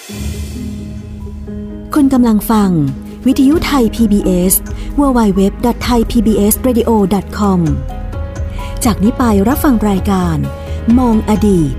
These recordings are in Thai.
คุณกำลังฟังวิทยุไทย PBS www.thaipbsradio.com จากนี้ไปรับฟังรายการมองอดีต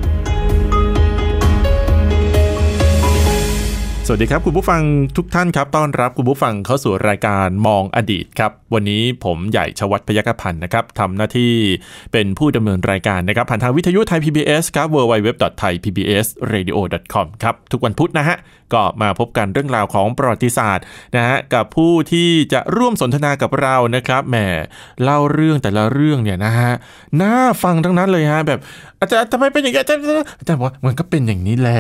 สวัสดีครับคุณผู้ฟังทุกท่านครับต้อนรับคุณผู้ฟังเข้าสู่รายการมองอดีตครับวันนี้ผมใหญ่ชวัฒน์พยัคฆพันธ์นะครับทำหน้าที่เป็นผู้ดำเนินรายการนะครับผ่านทางวิทยุไทย PBS ครับ www.thaipbsradio.com ครับทุกวันพุธนะฮะก็มาพบกันเรื่องราวของประวัติศาสตร์นะฮะกับผู้ที่จะร่วมสนทนากับเรานะครับแหมเล่าเรื่องแต่ละเรื่องเนี่ยนะฮะน่าฟังทั้งนั้นเลยฮะแบบอาจารย์ทำไมเป็นอย่างนี้อาจารย์บอกว่ามันก็เป็นอย่างนี้แหละ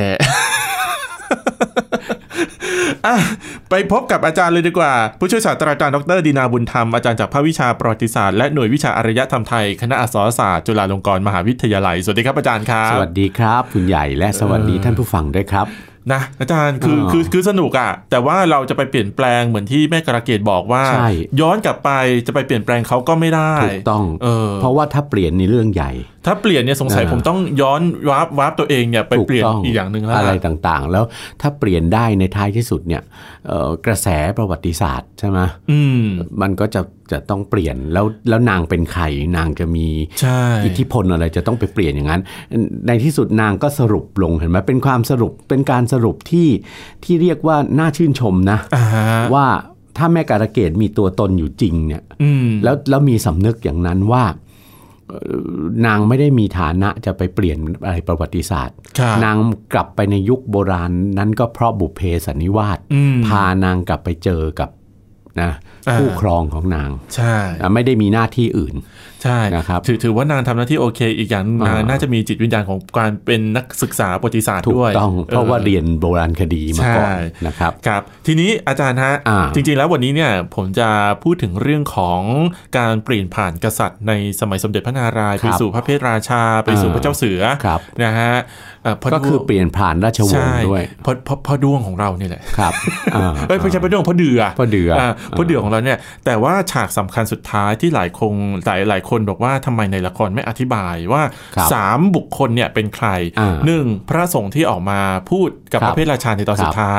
ไปพบกับอาจารย์เลยดีกว่าผู้ช่วยศาสตราจารย์ดร.ดีนาบุญธรรมอาจารย์จากภาควิชาประวัติศาสตร์และหน่วยวิชาอารยธรรมไทยคณะอักษรศาสตร์จุฬาลงกรณ์มหาวิทยาลัยสวัสดีครับอาจารย์ครับสวัสดีครับคุณใหญ่และสวัสดีท่านผู้ฟังด้วยครับนะอาจารย์คือสนุกอ่ะแต่ว่าเราจะไปเปลี่ยนแปลงเหมือนที่แม่กระเกดบอกว่าย้อนกลับไปจะไปเปลี่ยนแปลงเขาก็ไม่ได้ถูกต้องเพราะว่าถ้าเปลี่ยนในเรื่องใหญ่ถ้าเปลี่ยนเนี่ยสงสัยผมต้องย้อนวาร์ปตัวเองเนี่ยไปเปลี่ยนอีกอย่างนึงแล้วอะไรต่างๆแล้วถ้าเปลี่ยนได้ในท้ายที่สุดเนี่ยกระแสประวัติศาสตร์ใช่ไหมมันก็จะต้องเปลี่ยนแล้วนางเป็นใครนางจะมีอิทธิพลอะไรจะต้องไปเปลี่ยนอย่างนั้นในที่สุดนางก็สรุปลงเห็นไหมเป็นความสรุปเป็นการสรุปที่เรียกว่าน่าชื่นชมนะว่าถ้าแม่การะเกดมีตัวตนอยู่จริงเนี่ยแล้วมีสำนึกอย่างนั้นว่านางไม่ได้มีฐานะจะไปเปลี่ยนอะไรประวัติศาสตร์นางกลับไปในยุคโบราณนั้นก็เพราะบุพเพสันนิวาสพานางกลับไปเจอกับนะคู่ครองของนางใช่ไม่ได้มีหน้าที่อื่นใช่นะครับถือว่านางทำหน้าที่โอเคอีกอย่างนางน่าจะมีจิตวิญญาณของการเป็นนักศึกษาประวัติศาสตร์ด้วยถูกต้องเพราะว่าเรียนโบราณคดีมาก่อนนะครับครับทีนี้อาจารย์ฮะจริงๆแล้ววันนี้เนี่ยผมจะพูดถึงเรื่องของการเปลี่ยนผ่านกษัตริย์ในสมัยสมเด็จพระนารายณ์ไปสู่พระเพทราชาไปสู่พระเจ้าเสือนะฮะก็คือเปลี่ยนผ่านราชวงศ์ด้วยพระดวงของเราเนี่ยแหละครับไม่ใช่พระดวงพระเดือของเราเนี่ยแต่ว่าฉากสำคัญสุดท้ายที่หลายคนบอกว่าทำไมในละครไม่อธิบายว่า3บุคคลเนี่ยเป็นใคร1พระสงฆ์ที่ออกมาพูดกับพระเพทราชาในตอนสุดท้าย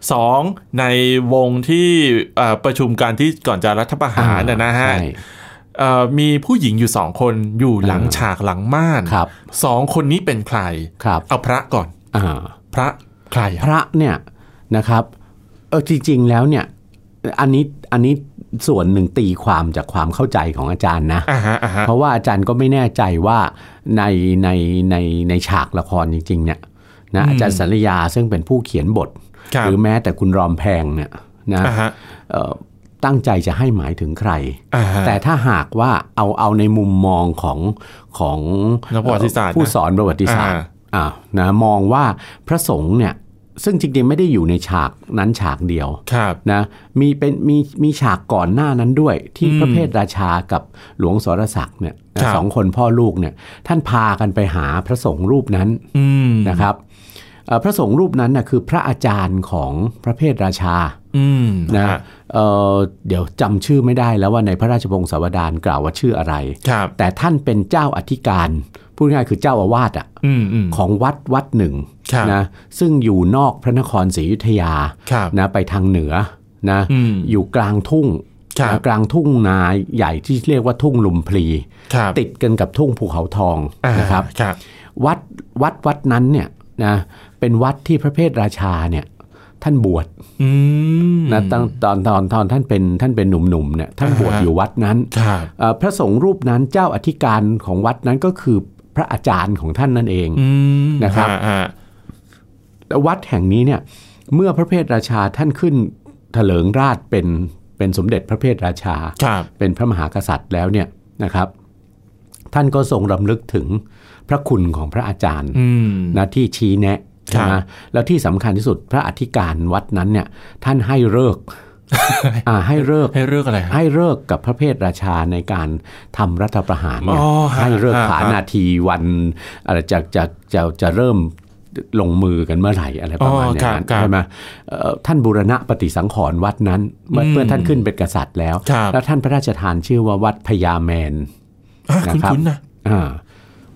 2ในวงที่ประชุมการที่ก่อนจะรัฐประหารนะฮะมีผู้หญิงอยู่2คนอยู่หลังฉากหลังม่าน2คนนี้เป็นใครเอาพระก่อนพระใครพระเนี่ยนะครับจริงๆแล้วเนี่ยอันนี้ส่วนหนึ่งตีความจากความเข้าใจของอาจารย์นะเพราะว่าอาจารย์ก็ไม่แน่ใจว่าในฉากละครจริงๆเนี่ยนะอาจารย์สัญญาซึ่งเป็นผู้เขียนบทหรือแม้แต่คุณรอมแพงเนี่ยนะตั้งใจจะให้หมายถึงใครแต่ถ้าหากว่าเอาในมุมมองของผู้สอนประวัติศาสตร์นะมองว่าพระสงฆ์เนี่ยซึ่งจริงๆไม่ได้อยู่ในฉากนั้นฉากเดียวนะมีฉากก่อนหน้านั้นด้วยที่พระเพทราชากับหลวงสรศักดิ์เนี่ย2คนพ่อลูกเนี่ยท่านพากันไปหาพระสงฆ์รูปนั้นนะครับพระสงฆ์รูปนั้นนะคือพระอาจารย์ของพระเพทราชานะเดี๋ยวจำชื่อไม่ได้แล้วว่าในพระราชวงศาวดารกล่าวว่าชื่ออะไรแต่ท่านเป็นเจ้าอธิการพูดง่ายคือเจ้าอาวาสของวัดหนึ่งนะซึ่งอยู่นอกพระนครศรีอยุธยานะไปทางเหนือนะอยู่กลางทุ่งนาใหญ่ที่เรียกว่าทุ่งลุมพลีติดกันกับทุ่งภูเขาทองนะครับวัดนั้นเนี่ยนะเป็นวัดที่พระเพทราชาเนี่ยท่านบวชนะตอนท่านเป็นหนุ่มๆเนี่ยท่านบวชอยู่วัดนั้นพระสงฆ์รูปนั้นเจ้าอธิการของวัดนั้นก็คือพระอาจารย์ของท่านนั่นเองนะครับวัดแห่งนี้เนี่ยเมื่อพระเพทราชาท่านขึ้นเถลิงราชเป็นสมเด็จพระเพทราชาเป็นพระมหากษัตริย์แล้วเนี่ยนะครับท่านก็ทรงรำลึกถึงพระคุณของพระอาจารย์นะที่ชี้แนะใช่ไหมแล้วที่สำคัญที่สุดพระอธิการวัดนั้นเนี่ยท่านให้เลิกให้เลิกอะไรให้เลิกกับพระเพทราชาในการทำรัฐประหารเนี่ยให้เลิกผานาทีวันอะไรจะเริ่มลงมือกันเมื่อไหร่อะไรประมาณนี้ใช่ไหมท่านบูรณะปฏิสังขรณ์วัดนั้นเมื่อท่านขึ้นเป็นกษัตริย์แล้วท่านพระราชทานชื่อว่าวัดพญาแมนนะครับ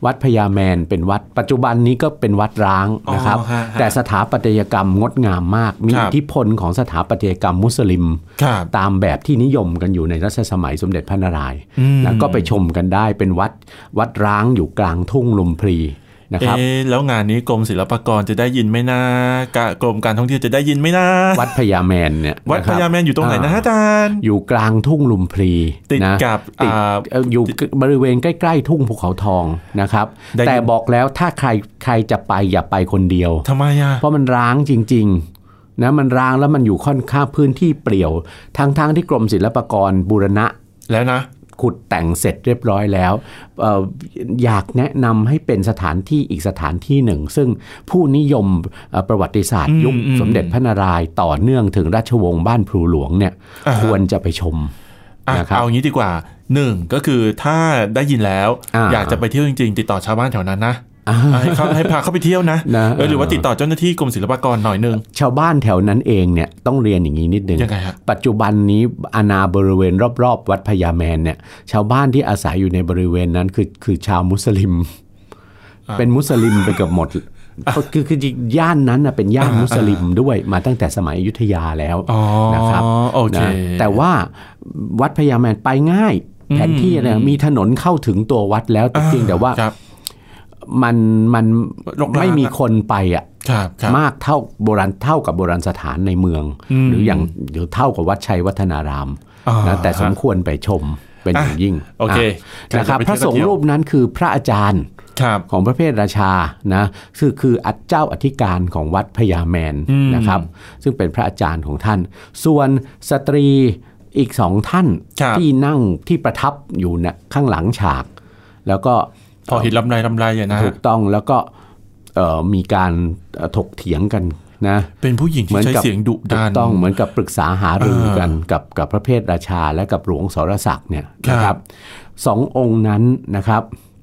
วัดพญาแมนเป็นวัดปัจจุบันนี้ก็เป็นวัดร้างนะครับแต่สถาปัตยกรรมงดงามมากมีอิทธิพลของสถาปัตยกรรมมุสลิมตามแบบที่นิยมกันอยู่ในรัชสมัยสมเด็จพระนารายณ์แล้วก็ไปชมกันได้เป็นวัดร้างอยู่กลางทุ่งลุมพลีนะครับแล้วงานนี้กรมศิลปากรจะได้ยินไหมนะกรมการท่องเที่ยวจะได้ยินไหมนะวัดพญาแมนเนี่ยวัดพญาแมนอยู่ตรงไหนนะอาจารย์อยู่กลางทุ่งลุมพลีติดกับอยู่บริเวณใกล้ๆทุ่งภูเขาทองนะครับแต่บอกแล้วถ้าใครจะไปอย่าไปคนเดียวทำไมอ่ะเพราะมันร้างจริงๆนะมันร้างแล้วมันอยู่ค่อนข้างพื้นที่เปลี่ยวทั้งที่กรมศิลปากรบูรณะแล้วนะขุดแต่งเสร็จเรียบร้อยแล้วอยากแนะนำให้เป็นสถานที่อีกสถานที่หนึ่งซึ่งผู้นิยมประวัติศาสตร์ยุคสมเด็จพระนารายณ์ต่อเนื่องถึงราชวงศ์บ้านพลูหลวงเนี่ยควรจะไปชมนะครับเอางี้ดีกว่า1ก็คือถ้าได้ยินแล้วอยากจะไปเที่ยวจริงๆติดต่อชาวบ้านแถวนั้นนะให้พาเข้าไปเที่ยวนะหรือว่าติดต่อเจ้าหน้าที่กรมศิลปากรหน่อยนึงชาวบ้านแถวนั้นเองเนี่ยต้องเรียนอย่างนี้นิดนึงปัจจุบันนี้อาณาบริเวณรอบๆวัดพญาแมนเนี่ยชาวบ้านที่อาศัยอยู่ในบริเวณนั้นคือชาวมุสลิมเป็นมุสลิมไปเกือบหมดคือย่านนั้นเป็นย่านมุสลิมด้วยมาตั้งแต่สมัยอยุธยาแล้วนะครับนะแต่ว่าวัดพญาแมนไปง่ายแผนที่เนี่ยมีถนนเข้าถึงตัววัดแล้วจริงแต่ว่ามันไม่มีคนไปมากเท่ากับโบราณสถานในเมืองหรือเท่ากับวัดชัยวัฒนารามนะแต่สมควรไปชมเป็นอย่างยิ่งนะครับพระสงฆ์รูปนั้นคือพระอาจารย์ของพระเพทราชานะคือเจ้าอธิการของวัดพญาแมนนะครับซึ่งเป็นพระอาจารย์ของท่านส่วนสตรีอีก2ท่านที่นั่งที่ประทับอยู่นะข้างหลังฉากแล้วก็พอเห็นลำไรอย่างนะถูกต้องแล้วก็มีการถกเถียงกันนะเป็นผู้หญิงที่ใช้เสียงดุดันต้องเหมือนกับปรึกษาหารือกันกับพระเพทราชาและกับหลวงสรศักดิ์เนี่ยนะครับ2องค์นั้นนะครับ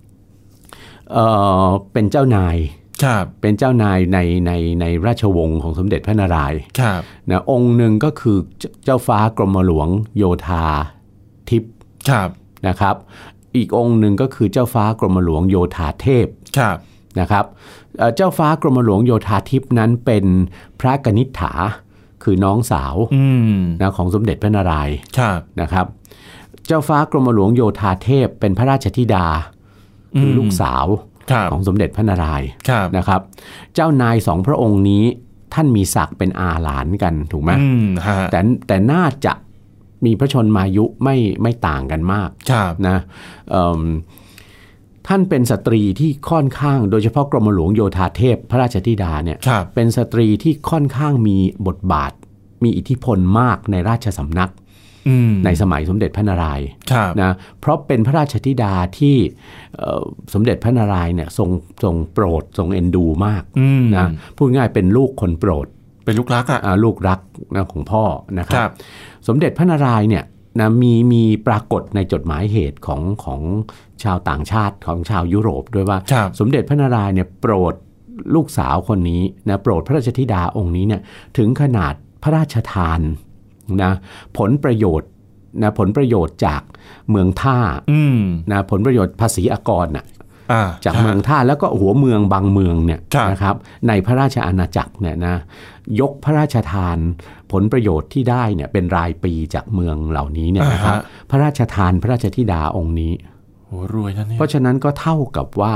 เป็นเจ้านายเป็นเจ้านายในราชวงศ์ของสมเด็จพระนารายณ์นะองค์หนึ่งก็คือเจ้าฟ้ากรมหลวงโยธาทิพย์นะครับอีกองค์หนึ่งก็คือเจ้าฟ้ากรมหลวงโยธาเทพนะครับเจ้าฟ้ากรมหลวงโยธาทิพย์นั้นเป็นพระกนิษฐาคือน้องสาวนะของสมเด็จพระนารายณ์นะครับเจ้าฟ้ากรมหลวงโยธาเทพเป็นพระราชธิดาคือลูกสาวของสมเด็จพระนารายณ์นะครับเจ้านาย2พระองค์นี้ท่านมีศักดิ์เป็นอาหลานกันถูกไหมแต่น่าจะมีพระชนมายุไม่ต่างกันมากนะท่านเป็นสตรีที่ค่อนข้างโดยเฉพาะกรมหลวงโยธาเทพพระราชธิดาเนี่ยเป็นสตรีที่ค่อนข้างมีบทบาทมีอิทธิพลมากในราชสำนักในสมัยสมเด็จพระนารายณ์นะเพราะเป็นพระราชธิดาที่สมเด็จพระนารายณ์เนี่ยทรงโปรดทรงเอ็นดูมากนะพูดง่ายเป็นลูกคนโปรดเป็นลูกรักลูกรักนะของพ่อนะครับสมเด็จพระนารายณ์เนี่ยนะมีปรากฏในจดหมายเหตุของชาวต่างชาติของชาวยุโรปด้วยว่าสมเด็จพระนารายณ์เนี่ยโปรดลูกสาวคนนี้นะโปรดพระราชธิดาองค์นี้เนี่ยถึงขนาดพระราชทานนะผลประโยชน์จากเมืองท่านะผลประโยชน์ภาษีอากรน่ะจากเมืองท่าแล้วก็หัวเมืองบางเมืองเนี่ยนะครับในพระราชอาณาจักรเนี่ยนะยกพระราชทานผลประโยชน์ที่ได้เนี่ยเป็นรายปีจากเมืองเหล่านี้เนี่ยนะครับพระราชทานพระราชธิดาองค์นี้โอ้รวยนะเนี่ยเพราะฉะนั้นก็เท่ากับว่า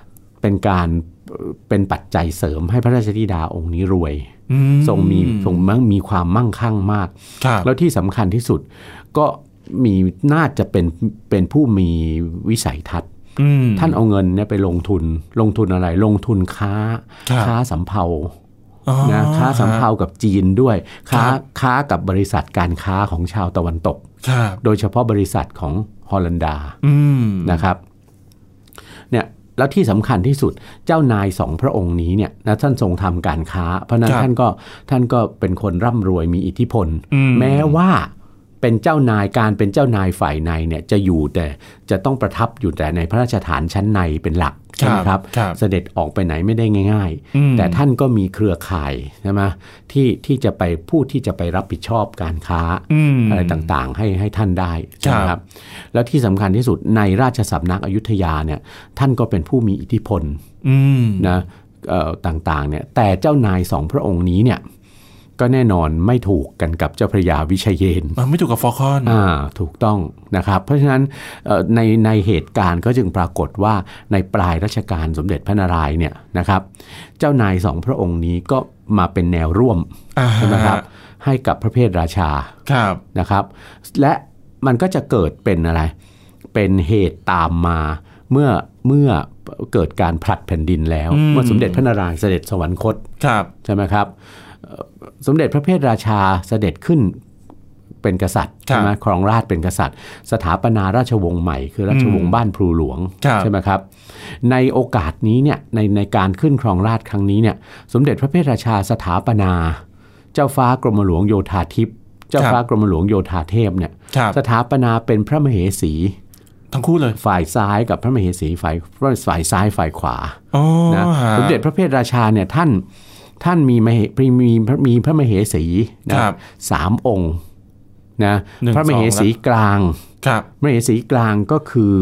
เป็นปัจจัยเสริมให้พระราชธิดาองค์นี้รวยทรงมีความมั่งคั่งมากแล้วที่สำคัญที่สุดก็น่าจะเป็นผู้มีวิสัยทัศน์ท่านเอาเงินเนี่ยไปลงทุนอะไรลงทุนค้าสำเภานะค้าสำเภากับจีนด้วยค้ากับบริษัทการค้าของชาวตะวันตกโดยเฉพาะบริษัทของฮอลันดานะครับเนี่ยแล้วที่สำคัญที่สุดเจ้านาย2พระองค์นี้เนี่ยนะท่านทรงทำการค้าเพราะนั้นท่านก็เป็นคนร่ำรวยมีอิทธิพลแม้ว่าเป็นเจ้านายการเป็นเจ้านายฝ่ายในเนี่ยจะต้องประทับอยู่แต่ในพระราชฐานชั้นในเป็นหลักใช่ไหมครับเสด็จออกไปไหนไม่ได้ง่ายๆแต่ท่านก็มีเครือข่ายใช่ไหมที่จะไปผู้ที่จะไปรับผิดชอบการค้าอะไรต่างๆให้ท่านได้ใช่ไหมครับแล้วที่สำคัญที่สุดในราชสำนักอยุธยาเนี่ยท่านก็เป็นผู้มีอิทธิพลนะต่างๆเนี่ยแต่เจ้านายสองพระองค์นี้เนี่ยก็แน่นอนไม่ถูกกันกับเจ้าพระยาวิเชยนไม่ถูกกับฟอลคอนถูกต้องนะครับเพราะฉะนั้นในเหตุการณ์ก็จึงปรากฏว่าในปลายรัชกาลสมเด็จพระนารายณ์เนี่ยนะครับเจ้านายสองพระองค์นี้ก็มาเป็นแนวร่วมใช่ไหมครับให้กับพระเพทราชานะครับและมันก็จะเกิดเป็นอะไรเป็นเหตุตามมาเมื่อเกิดการผลัดแผ่นดินแล้วเมื่อสมเด็จพระนารายณ์เสด็จสวรรคตใช่ไหมครับสมเด็จพระเพทราชาเสด็จขึ้นเป็นกษัตริย์ใช่ไหมครองราชย์เป็นกษัตริย์สถาปนาราชวงศ์ใหม่คือราชวงศ์บ้านพลูหลวงใช่ไหมครับในโอกาสนี้เนี่ยในการขึ้นครองราชย์ครั้งนี้เนี่ยสมเด็จพระเพทราชาสถาปนาเจ้าฟ้ากรมหลวงโยธาทิพย์เจ้าฟ้ากรมหลวงโยธาเทพเนี่ยสถาปนาเป็นพระมเหสีทั้งคู่เลยฝ่ายซ้ายกับพระมเหสีฝ่ายซ้ายฝ่ายขวานะสมเด็จพระเพทราชาเนี่ยท่านมีพระมเหสีนะ3 องค์นะพระมเหสีกลางพระมเหสีกลางก็คือ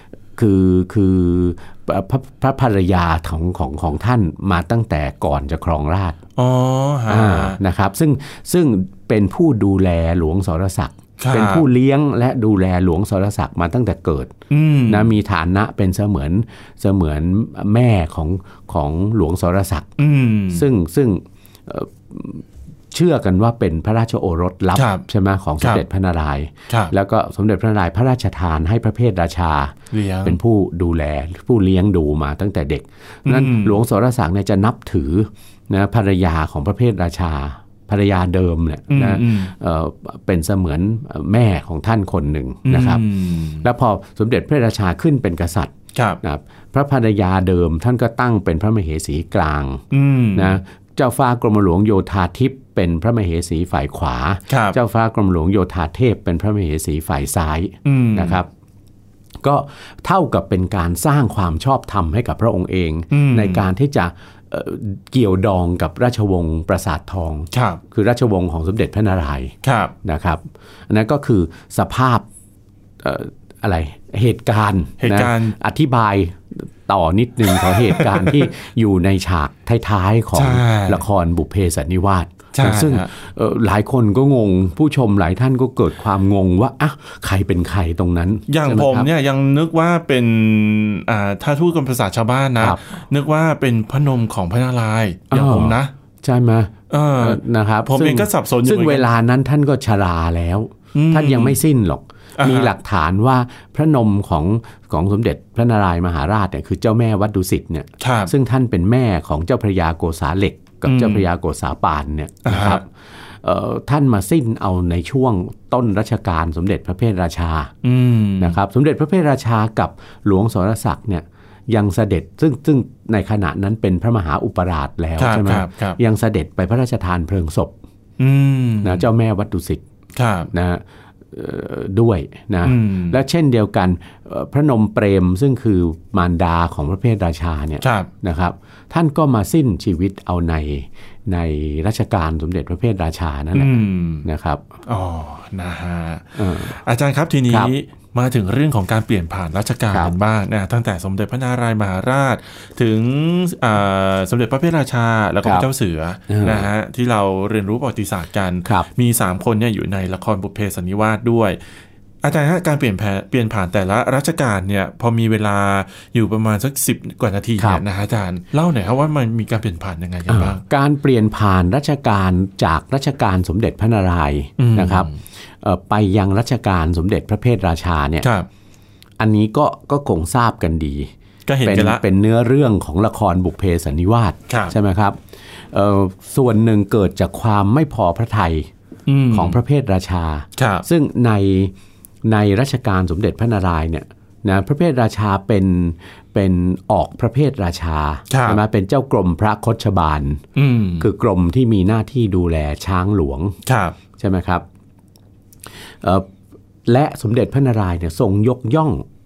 พระภรรยาของท่านมาตั้งแต่ก่อนจะครองราชย์นะครับซึ่งเป็นผู้ดูแลหลวงสรศักดิ์เป็นผู้เลี้ยงและดูแลหลวงสรศักดิ์มาตั้งแต่เกิดนะมีฐานะเป็นเสมือนแม่ของหลวงสรศักดิ์ซึ่งเชื่อกันว่าเป็นพระราชโอรสลับใช่ไหมของสมเด็จพระนารายณ์แล้วก็สมเด็จพระนารายณ์พระราชทานให้พระเพทราชาเป็นผู้ดูแลผู้เลี้ยงดูมาตั้งแต่เด็กนั้นหลวงสรศักดิ์เนี่ยจะนับถือนะภรรยาของพระเพทราชาภรรยาเดิมเนี่ยนะเป็นเสมือนแม่ของท่านคนหนึ่งนะครับแล้วพอสมเด็จพระราชาขึ้นเป็นกษัตริย์นะพระภรรยาเดิมท่านก็ตั้งเป็นพระมเหสีกลางนะเจ้าฟ้ากรมหลวงโยธาทิพย์เป็นพระมเหสีฝ่ายขวาเจ้าฟ้ากรมหลวงโยธาเทพเป็นพระมเหสีฝ่ายซ้ายนะครับก็เท่ากับเป็นการสร้างความชอบธรรมให้กับพระองค์เองในการที่จะเกี่ยวดองกับราชวงศ์ปราสาททองคือราชวงศ์ของสมเด็จพระนารายณ์นะครับอันนั้นก็คือสภาพอะไรเหตุการณ์อธิบายต่อนิดนึงของเหตุการณ์ที่อยู่ในฉากท้ายๆของละครบุพเพสันนิวาสซึ่งหลายคนก็งงผู้ชมหลายท่านก็เกิดความงงว่าอ่ะใครเป็นใครตรงนั้นอย่างผมเนี่ยยังนึกว่าเป็นถ้าพูดกันภาษาชาวบ้านนะนึกว่าเป็นพระนมของพระนารายณ์อย่างผมนะใช่ไหมนะครับผมเองก็สับสนอยู่ซึ่งเวลานั้นท่านก็ชราแล้วท่านยังไม่สิ้นหรอกมีหลักฐานว่าพระนมของสมเด็จพระนารายณ์มหาราชเนี่ยคือเจ้าแม่วัดดุสิตเนี่ยซึ่งท่านเป็นแม่ของเจ้าพระยาโกษาเหล็กกับเจ้าพระยาโกษาปานเนี่ยนะครับท่านมาสิ้นเอาในช่วงต้นรัชกาลสมเด็จพระเพทราชานะครับสมเด็จพระเพทราชากับหลวงสรศักดิ์เนี่ยยังเสด็จซึ่งในขณะนั้นเป็นพระมหาอุปราชแล้วใช่ไหมยังเสด็จไปพระราชทานเพลิงศพนะเจ้าแม่วัดดุสิตนะด้วยนะและเช่นเดียวกันพระนมเปรมซึ่งคือมารดาของพระเพทราชาเนี่ยนะครับท่านก็มาสิ้นชีวิตเอาในรัชกาลสมเด็จพระเพทราชานั่นแหละนะครับอ๋อนะฮะอาจารย์ครับทีนี้มาถึงเรื่องของการเปลี่ยนผ่านรัชกาลกันบ้างนะตั้งแต่สมเด็จพระนารายณ์มหาราชถึงสมเด็จพระเพทราชาแล้วก็พระเจ้าเสือนะฮะที่เราเรียนรู้ประวัติศาสตร์กันมี3คนเนี่ยอยู่ในละครบุพเพสันนิวาสด้วยอาจารย์ฮะการเปลี่ยนผ่านแต่ละรัชกาลเนี่ยพอมีเวลาอยู่ประมาณสัก10 กว่านาทีเนี่ยนะอาจารย์เล่าหน่อยครับว่ามันมีการเปลี่ยนผ่านยังไงกันบ้างการเปลี่ยนผ่านรัชกาลจากรัชกาลสมเด็จพระนารายณ์นะครับไปยังรัชกาลสมเด็จพระเพทราชาเนี่ยอันนี้ก็คงทราบกันดีเป็นเนื้อเรื่องของละครบุพเพสันนิวาสใช่ไหมครับส่วนหนึ่งเกิดจากความไม่พอพระทัยของพระเพทราชาซึ่งในรัชกาลสมเด็จพระนารายณ์เนี่ยนะพระเพทราชาเป็นออกพระเพทราชาใช่ไหมเป็นเจ้ากรมพระคชบาลคือกรมที่มีหน้าที่ดูแลช้างหลวงใช่ไหมครับและสมเด็จพระนารายณ์เนี่ยทรงยกย่อง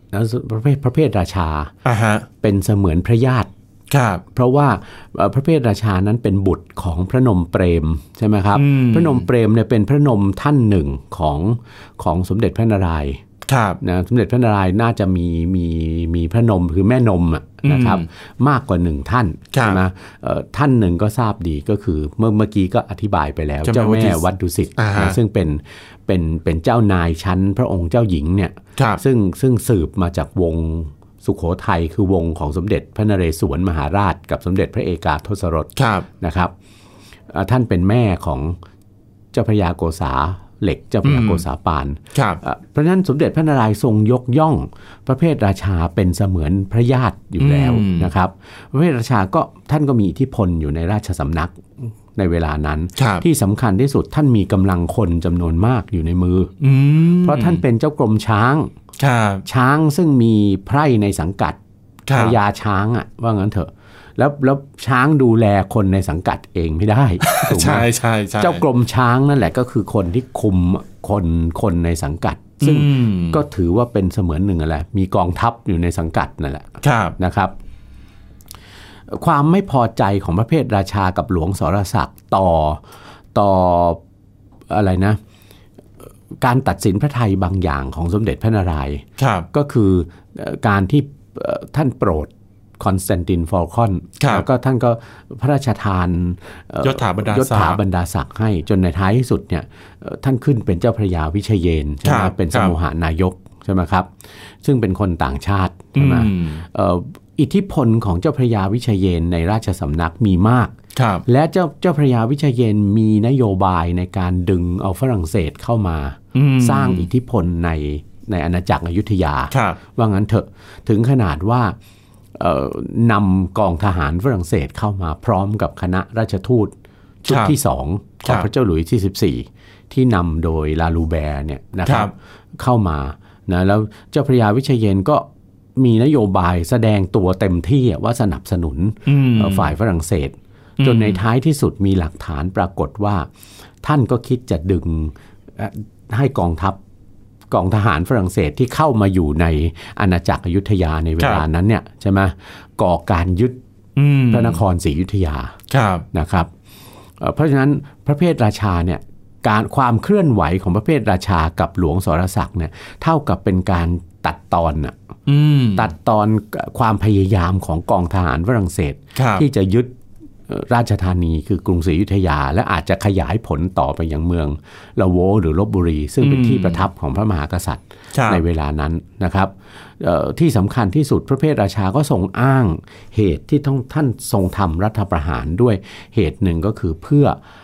แล้วพระเพทราชาเป็นเสมือนพระญาติเพราะว่าพระเพทราชานั้นเป็นบุตรของพระนมเปรมใช่ไหมครับพระนมเปรมเนี่ยเป็นพระนมท่านหนึ่งของสมเด็จพระนารายณ์นะสมเด็จพระนารายณ์น่าจะมีพระนมคือแม่นมนะครับมากกว่าหนึ่งท่านใช่ไหมท่านหนึ่งก็ทราบดีก็คือเมื่อกี้ก็อธิบายไปแล้วเจ้าแม่วัดดุสิตซึ่งเป็นเจ้านายชั้นพระองค์เจ้าหญิงเนี่ยซึ่งสืบมาจากวงสุโขทัยคือวงของสมเด็จพระนเรศวรมหาราชกับสมเด็จพระเอกาทศรสนะครับท่านเป็นแม่ของเจ้าพระยาโกษาเหล็กเจ้าพระยาโกษาปานเพราะฉะนั้นสมเด็จพระนารายณ์ทรงยกย่องพระเพทราชาเป็นเสมือนพระญาติอยู่แล้วนะครับพระเพทราชาก็ท่านก็มีอิทธิพลอยู่ในราชสำนักในเวลานั้นที่สำคัญที่สุดท่านมีกำลังคนจำนวนมากอยู่ในมือเพราะท่านเป็นเจ้ากรมช้างซึ่งมีไพร่ในสังกัดพญาช้างอ่ะว่างั้นเถอะแล้วช้างดูแลคนในสังกัดเองไม่ได้ถูกไหมใช่เจ้ากรมช้างนั่นแหละก็คือคนที่คุมคนในสังกัดซึ่งก็ถือว่าเป็นเสมือนหนึ่งอะไรมีกองทัพอยู่ในสังกัดนั่นแหละนะครับความไม่พอใจของพระเพทราชากับหลวงสรศักดิ์ต่ออะไรนะการตัดสินพระทัยบางอย่างของสมเด็จพระนารายณ์ก็คือการที่ท่านโปรดคอนสแตนตินฟอลคอนแล้วก็ท่านก็พระราชทานยศถาบรรดาศักดิ์ให้จนในท้ายที่สุดเนี่ยท่านขึ้นเป็นเจ้าพระยาวิเชยนใช่ไหมเป็นสมุหานายกใช่ไหมครับซึ่งเป็นคนต่างชาติใช่ไหมอิทธิพลของเจ้าพระยาวิเชยนในราชสำนักมีมากและเจ้าพระยาวิเชยนมีนโยบายในการดึงเอาฝรั่งเศสเข้ามาสร้างอิทธิพลในอาณาจักรอยุธยาว่างั้นเถอะถึงขนาดว่านำกองทหารฝรั่งเศสเข้ามาพร้อมกับคณะราชทูตชุดที่2ของพระเจ้าหลุยส์ที่14ที่นำโดยลาลูแบร์เนี่ยนะครับเข้ามานะแล้วเจ้าพระยาวิเชยนก็มีนโยบายแสดงตัวเต็มที่ว่าสนับสนุนฝ่ายฝรั่งเศสจนในท้ายที่สุดมีหลักฐานปรากฏว่าท่านก็คิดจะดึงให้กองทหารฝรั่งเศสที่เข้ามาอยู่ในอาณาจักรอยุธยาในเวลานั้นเนี่ยใช่ไหมก่อการยึดพระนครศรีอยุธยานะครับเพราะฉะนั้นพระเพทราชาเนี่ยความเคลื่อนไหวของพระเพทราชากับหลวงสรศักดิ์เนี่ยเท่ากับเป็นการตัดตอนความพยายามของกองทหารฝรั่งเศสที่จะยึดราชธานีคือกรุงศรีอยุธยาและอาจจะขยายผลต่อไปยังเมืองละโวหรือลพบุรีซึ่งเป็นที่ประทับของพระมหากษัตริย์ในเวลานั้นนะครับที่สำคัญที่สุดพระเพทราชาก็ทรงอ้างเหตุที่ท่านทรงทำรัฐประหารด้วยเหตุหนึ่งก็คือเพื่อ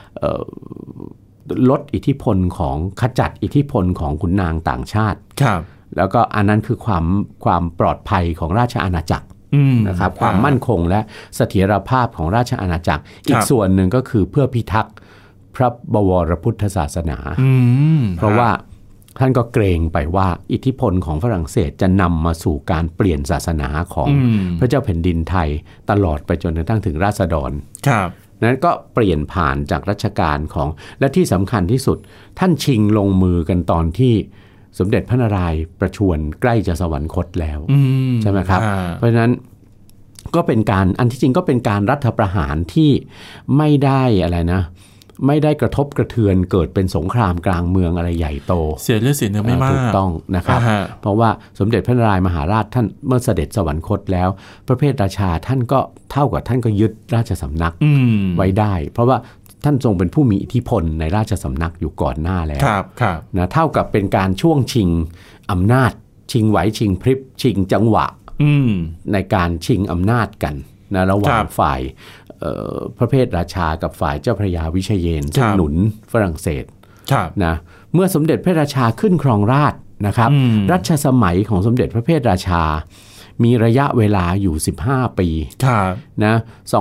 ลดอิทธิพลของขจัดอิทธิพลของขุนนางต่างชาติแล้วก็อันนั้นคือความปลอดภัยของราชอาณาจักรนะครับความมั่นคงและเสถียรภาพของราชอาณาจักรอีกส่วนหนึ่งก็คือเพื่อพิทักษ์พระบวรพุทธศาสนาเพราะว่าท่านก็เกรงไปว่าอิทธิพลของฝรั่งเศสจะนำมาสู่การเปลี่ยนศาสนาของพระเจ้าแผ่นดินไทยตลอดไปจนกระทั่งถึงราษฎรนั้นก็เปลี่ยนผ่านจากรัชกาลของและที่สำคัญที่สุดท่านชิงลงมือกันตอนที่สมเด็จพระนารายณ์ประชวรใกล้จะสวรรคตแล้วใช่ไหมครับเพราะฉะนั้นก็เป็นการอันที่จริงก็เป็นการรัฐประหารที่ไม่ได้อะไรนะไม่ได้กระทบกระเทือนเกิดเป็นสงครามกลางเมืองอะไรใหญ่โตเสียเลือดเสียเนื้อไม่มากถูกต้องนะครับเพราะว่าสมเด็จพระนารายณ์มหาราชท่านเมื่อเสด็จสวรรคตแล้วพระเพทราชาท่านก็เท่ากับท่านก็ยึดราชสำนักไว้ได้เพราะว่าท่านทรงเป็นผู้มีอิทธิพลในราชสำนักอยู่ก่อนหน้าแล้วนะเท่ากับเป็นการช่วงชิงอำนาจชิงไหวชิงพริบชิงจังหวะในการชิงอำนาจกันนะระหว่างฝ่ายพระเพทราชากับฝ่ายเจ้าพระยาวิเชยนซึ่งหนุนฝรั่งเศสนะเมื่อสมเด็จพระราชาขึ้นครองราชย์นะครับรัชสมัยของสมเด็จพระเพทราชามีระยะเวลาอยู่15ปีนะ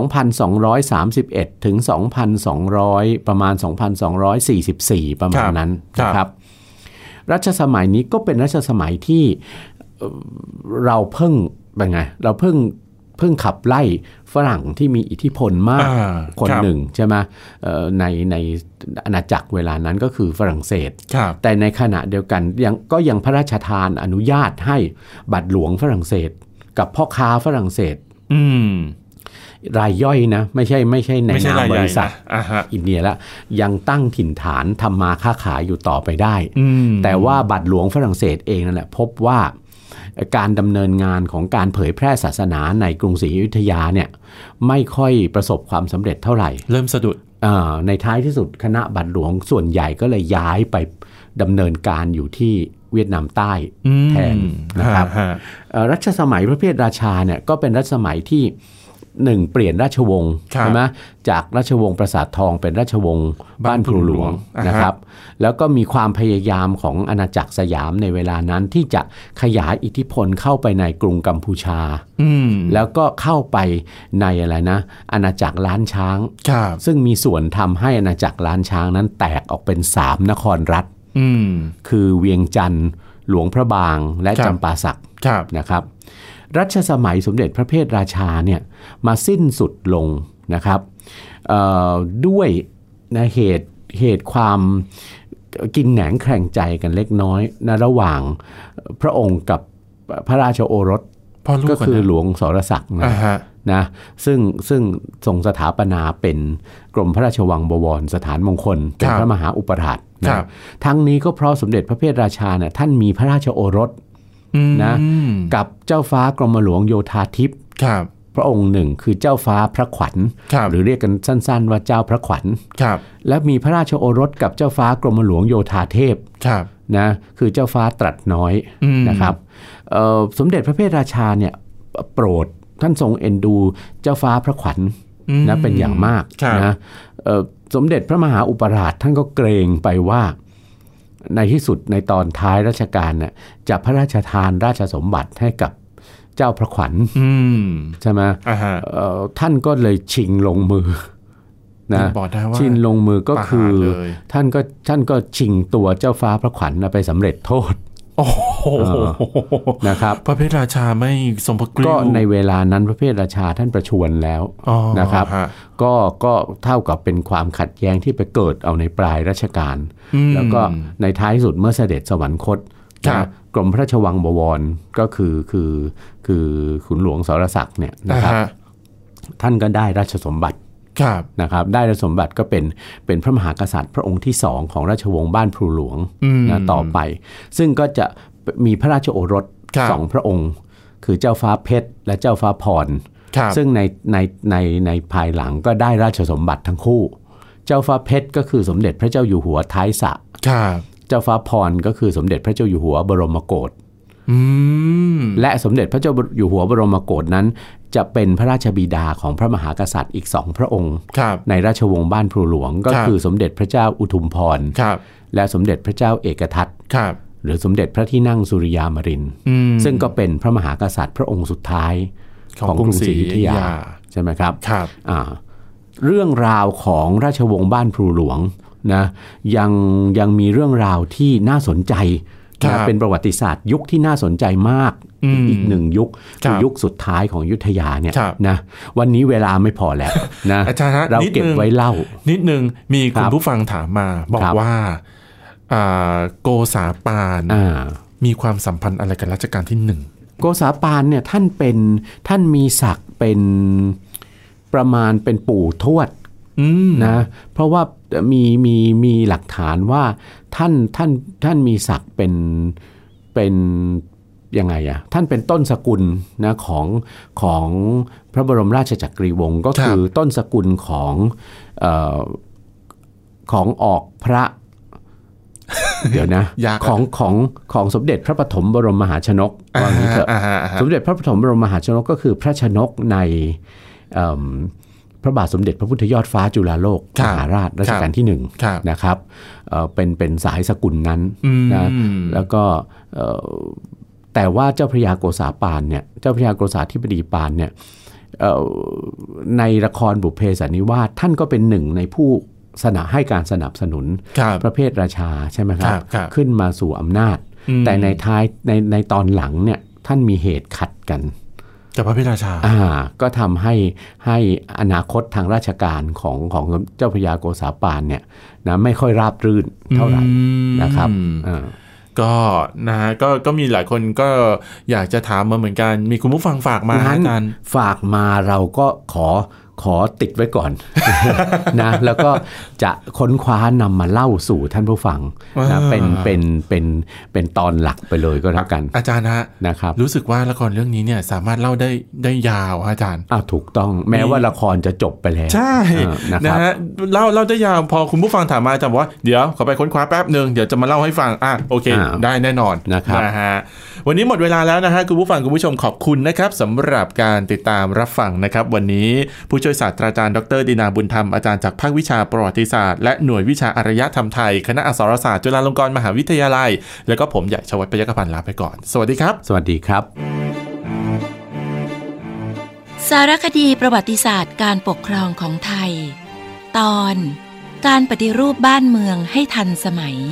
2,231 ถึง 2,200 ประมาณ 2,244 ประมาณนั้นนะครับรัชสมัยนี้ก็เป็นรัชสมัยที่เราเพิ่งเป็นไงเราเพิ่งเพิ่งขับไล่ฝรั่งที่มีอิทธิพลมากคนหนึ่งใช่ไหมในอาณาจักรเวลานั้นก็คือฝรั่งเศสแต่ในขณะเดียวกันยังพระราชทานอนุญาตให้บัตรหลวงฝรั่งเศสกับพ่อค้าฝรั่งเศสรายย่อยนะไม่ใช่ในนามบริษัทอินเดียแล้วยังตั้งถิ่นฐานทำมาค้าขายอยู่ต่อไปได้แต่ว่าบัตรหลวงฝรั่งเศสเองนั่นแหละพบว่าการดำเนินงานของการเผยแพร่ศาสนาในกรุงศรีอยุธยาเนี่ยไม่ค่อยประสบความสำเร็จเท่าไหร่เริ่มสะดุดในท้ายที่สุดคณะบัตรหลวงส่วนใหญ่ก็เลยย้ายไปดำเนินการอยู่ที่เวียดนามใต้แทนนะครับรัชสมัยพระเพทราชาเนี่ยก็เป็นรัชสมัยที่เปลี่ยนราชวงศ์ใช่ไหมจากราชวงศ์ปราสาททองเป็นราชวงศ์บ้านพลูหลวงนะครับแล้วก็มีความพยายามของอาณาจักรสยามในเวลานั้นที่จะขยายอิทธิพลเข้าไปในกรุงกัมพูชาแล้วก็เข้าไปในอะไรนะอาณาจักรล้านช้างซึ่งมีส่วนทำให้อาณาจักรล้านช้างนั้นแตกออกเป็น3นครรัฐคือเวียงจันทร์หลวงพระบางและจำปาสักนะครับรัชสมัยสมเด็จพระเพทราชาเนี่ยมาสิ้นสุดลงนะครับด้วยนะเหตุความกินแหนงแข่งใจกันเล็กน้อยนะระหว่างพระองค์กับพระราชโอรสก็คือหลวงสรศักดิ์นะซึ่งทรงสถาปนาเป็นกรมพระราชวังบวรสถานมงคลเป็นพระมหาอุปราชนะทั้งนี้ก็เพราะสมเด็จพระเพทราชาเนี่ยท่านมีพระราชโอรสนะกับเจ้าฟ้ากรมหลวงโยธาทิพย์พระองค์หนึ่งคือเจ้าฟ้าพระขวัญหรือเรียกกันสั้นๆว่าเจ้าพระขวัญและมีพระราชโอรสกับเจ้าฟ้ากรมหลวงโยธาเทพนะคือเจ้าฟ้าตรัสน้อยนะครับสมเด็จพระเพทราชาเนี่ยโปรดท่านทรงเอ็นดูเจ้าฟ้าพระขวัญนะเป็นอย่างมากนะสมเด็จพระมหาอุปราชท่านก็เกรงไปว่าในที่สุดในตอนท้ายรัชกาลเนี่ยจะพระราชทานราชสมบัติให้กับเจ้าพระขวัญใช่ไหมท่านก็เลยชิงลงมือนะชิงลงมือก็คือท่านก็ชิงตัวเจ้าฟ้าพระขวัญไปสำเร็จโทษนะครับพระเพทราชาไม่ทรงพระกริ้วก็ในเวลานั้นพระเพทราชาท่านประชวรแล้วนะครับก็เท่ากับเป็นความขัดแย้งที่ไปเกิดเอาในปลายรัชกาลแล้วก็ในท้ายสุดเมื่อเสด็จสวรรคตกรมพระราชวังบวรก็คือขุนหลวงสรศักดิ์เนี่ยนะครับท่านก็ได้ราชสมบัตินะครับได้ราชสมบัติก็เป็นพระมหากษัตริย์พระองค์ที่2ของราชวงศ์บ้านพลูหลวงนะต่อไปซึ่งก็จะมีพระราชโอรส2พระองค์คือเจ้าฟ้าเพชรและเจ้าฟ้าพรซึ่งในภายหลังก็ได้ราชสมบัติทั้งคู่เจ้าฟ้าเพชรก็คือสมเด็จพระเจ้าอยู่หัวท้ายสระเจ้าฟ้าพรก็คือสมเด็จพระเจ้าอยู่หัวบรมโกศและสมเด็จพระเจ้าอยู่หัวบรมโกศนั้นจะเป็นพระราชบิดาของพระมหากษัตริย์อีก2พระองค์ในราชวงศ์บ้านพลูหลวงก็คือสมเด็จพระเจ้าอุทุมพรและสมเด็จพระเจ้าเอกทัตหรือสมเด็จพระที่นั่งสุริยามรินทร์ซึ่งก็เป็นพระมหากษัตริย์พระองค์สุดท้ายของกรุงศรีอยุธยาใช่ไหมครับเรื่องราวของราชวงศ์บ้านพลูหลวงนะยังมีเรื่องราวที่น่าสนใจนะเป็นประวัติศาสตร์ยุคที่น่าสนใจมากอีกหนึ่งยุคคือยุคสุดท้ายของอยุธยาเนี่ยนะวันนี้เวลาไม่พอแล้วนะเราเก็บไว้เล่านิดนึงมีคุณผู้ฟังถามมาบอกว่าโกษาปานมีความสัมพันธ์อะไรกับรัชกาลที่1 โกษาปานเนี่ยท่านมีศักดิ์เป็นประมาณเป็นปู่ทวดนะเพราะว่ามีหลักฐานว่าท่านมีศักดิ์เป็นยังไงอ่ะท่านเป็นต้นสกุลนะของพระบรมราชจักรีวงศ์ก็คือต้นสกุลของออกพระเดี๋ยวนะของสมเด็จพระปฐมบรมมหาชนกว่างี้เถอะสมเด็จพระปฐมบรมมหาชนกก็คือพระชนกในพระบาทสมเด็จพระพุทธยอดฟ้าจุฬาโลกมหาราชรัชกาลที่1นะครับเป็นสายสกุลนั้นนะแล้วก็แต่ว่าเจ้าพระยาโกษาปานเนี่ยเจ้าพระยาโกษาธิบดีปานเนี่ยในละครบุพเพสันนิวาสท่านก็เป็นหนึ่งในผู้ให้การสนับสนุนพระเพทราชาใช่ไหมครับขึ้นมาสู่อำนาจแต่ในตอนหลังเนี่ยท่านมีเหตุขัดกันจากพระพิราชาก็ทำให้อนาคตทางราชการของเจ้าพระยาโกษาปานเนี่ยนะไม่ค่อยราบรื่นเท่าไหร่นะครับก็นะฮะก็มีหลายคนก็อยากจะถามมาเหมือนกันมีคุณผู้ฟังฝากมาอาจารย์ฝากมาเราก็ขอติดไว้ก่อน นะแล้วก็จะค้นคว้านำมาเล่าสู่ท่านผู้ฟังนะเป็นตอนหลักไปเลยก็แล้วกันอาจารย์นะครับรู้สึกว่าละครเรื่องนี้เนี่ยสามารถเล่าได้ยาวอาจารย์ถูกต้องแม้ว่าละครจะจบไปแล้วใช่นะฮะเล่าได้ยาวพอคุณผู้ฟังถามมาอาจารย์ว่าเดี๋ยวขอไปค้นคว้าแป๊บนึงเดี๋ยวจะมาเล่าให้ฟังโอเคได้แน่นอนนะครับนะฮะวันนี้หมดเวลาแล้วนะฮะคุณผู้ฟังคุณผู้ชมขอบคุณนะครับสำหรับการติดตามรับฟังนะครับวันนี้ผู้ช่วยศาสตราจารย์ดร.ดินาบุญธรรมอาจารย์จากภาควิชาประวัติศาสตร์และหน่วยวิชาอารยธรรมไทยคณะอักษรศาสตร์จุฬาลงกรณ์มหาวิทยาลัยแล้วก็ผมใหญ่ชวัฒน์ ปยกพันธ์ลาไปก่อนสวัสดีครับสวัสดีครับสารคดีประวัติศาสตร์การปกครองของไทยตอนการปฏิรูปบ้านเมืองให้ทันสมัย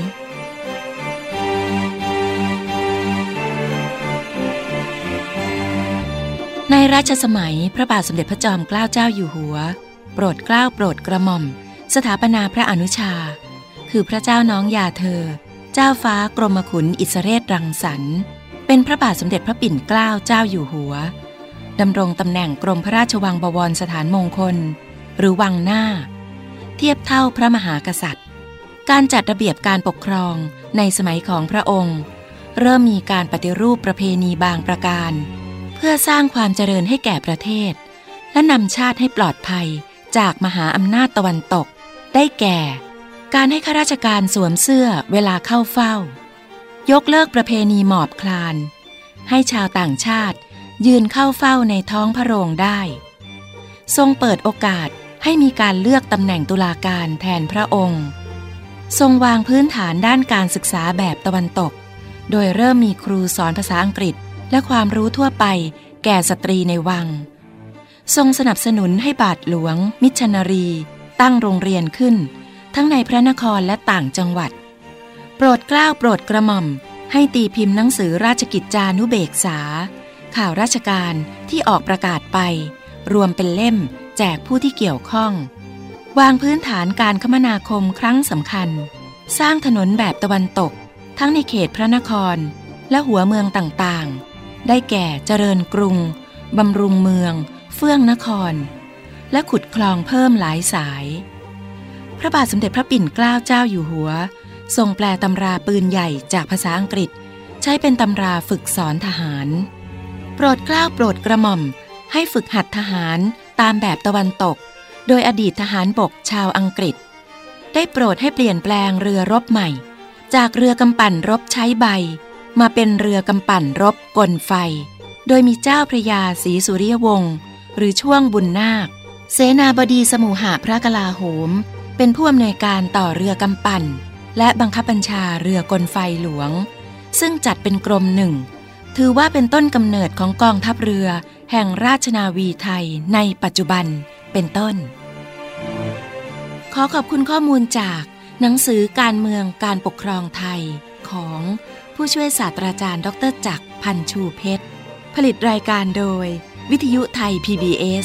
ในรัชสมัยพระบาทสมเด็จพระจอมเกล้าเจ้าอยู่หัวโปรดเกล้าโปรดกระหม่อมสถาปนาพระอนุชาคือพระเจ้าน้องยาเธอเจ้าฟ้ากรมขุนอิสเรศรังสรรค์เป็นพระบาทสมเด็จพระปิ่นเกล้าเจ้าอยู่หัวดำรงตำแหน่งกรมพระราชวังบวรสถานมงคลหรือวังหน้าเทียบเท่าพระมหากษัตริย์การจัดระเบียบการปกครองในสมัยของพระองค์เริ่มมีการปฏิรูปประเพณีบางประการเพื่อสร้างความเจริญให้แก่ประเทศและนำชาติให้ปลอดภัยจากมหาอำนาจตะวันตกได้แก่การให้ข้าราชการสวมเสื้อเวลาเข้าเฝ้ายกเลิกประเพณีหมอบคลานให้ชาวต่างชาติยืนเข้าเฝ้าในท้องพระโรงได้ทรงเปิดโอกาสให้มีการเลือกตำแหน่งตุลาการแทนพระองค์ทรงวางพื้นฐานด้านการศึกษาแบบตะวันตกโดยเริ่มมีครูสอนภาษาอังกฤษและความรู้ทั่วไปแก่สตรีในวังทรงสนับสนุนให้บาทหลวงมิชชันนารีตั้งโรงเรียนขึ้นทั้งในพระนครและต่างจังหวัดโปรดเกล้าโปรดกระหม่อมให้ตีพิมพ์หนังสือราชกิจจานุเบกษาข่าวราชการที่ออกประกาศไปรวมเป็นเล่มแจกผู้ที่เกี่ยวข้องวางพื้นฐานการคมนาคมครั้งสำคัญสร้างถนนแบบตะวันตกทั้งในเขตพระนครและหัวเมืองต่างๆได้แก่เจริญกรุงบำรุงเมืองเฟื่องนครและขุดคลองเพิ่มหลายสายพระบาทสมเด็จพระปิ่นเกล้าเจ้าอยู่หัวทรงแปลตำราปืนใหญ่จากภาษาอังกฤษใช้เป็นตำราฝึกสอนทหารโปรดเกล้าโปรดกระหม่อมให้ฝึกหัดทหารตามแบบตะวันตกโดยอดีตทหารบกชาวอังกฤษได้โปรดให้เปลี่ยนแปลงเรือรบใหม่จากเรือกำปั่นรบใช้ใบมาเป็นเรือกำปั่นรบกลไฟโดยมีเจ้าพระยาศรีสุริยวงศ์หรือช่วงบุญนาคเสนาบดีสมุหะพระกลาโหมเป็นผู้อำนวยการต่อเรือกำปั่นและบังคับบัญชาเรือกลไฟหลวงซึ่งจัดเป็นกรมหนึ่งถือว่าเป็นต้นกำเนิดของกองทัพเรือแห่งราชนาวีไทยในปัจจุบันเป็นต้นขอขอบคุณข้อมูลจากหนังสือการเมืองการปกครองไทยของผู้ช่วยศาสตราจารย์ดร.จักรพันธ์ชูเพชรผลิตรายการโดยวิทยุไทย PBS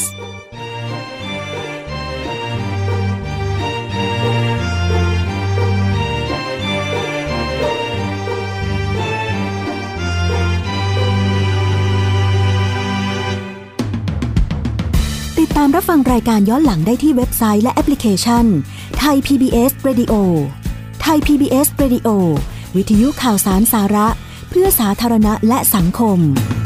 ติดตามรับฟังรายการย้อนหลังได้ที่เว็บไซต์และแอปพลิเคชัน Thai PBS Radio Thai PBS Radio วิทยุข่าวสารสาระเพื่อสาธารณะและสังคม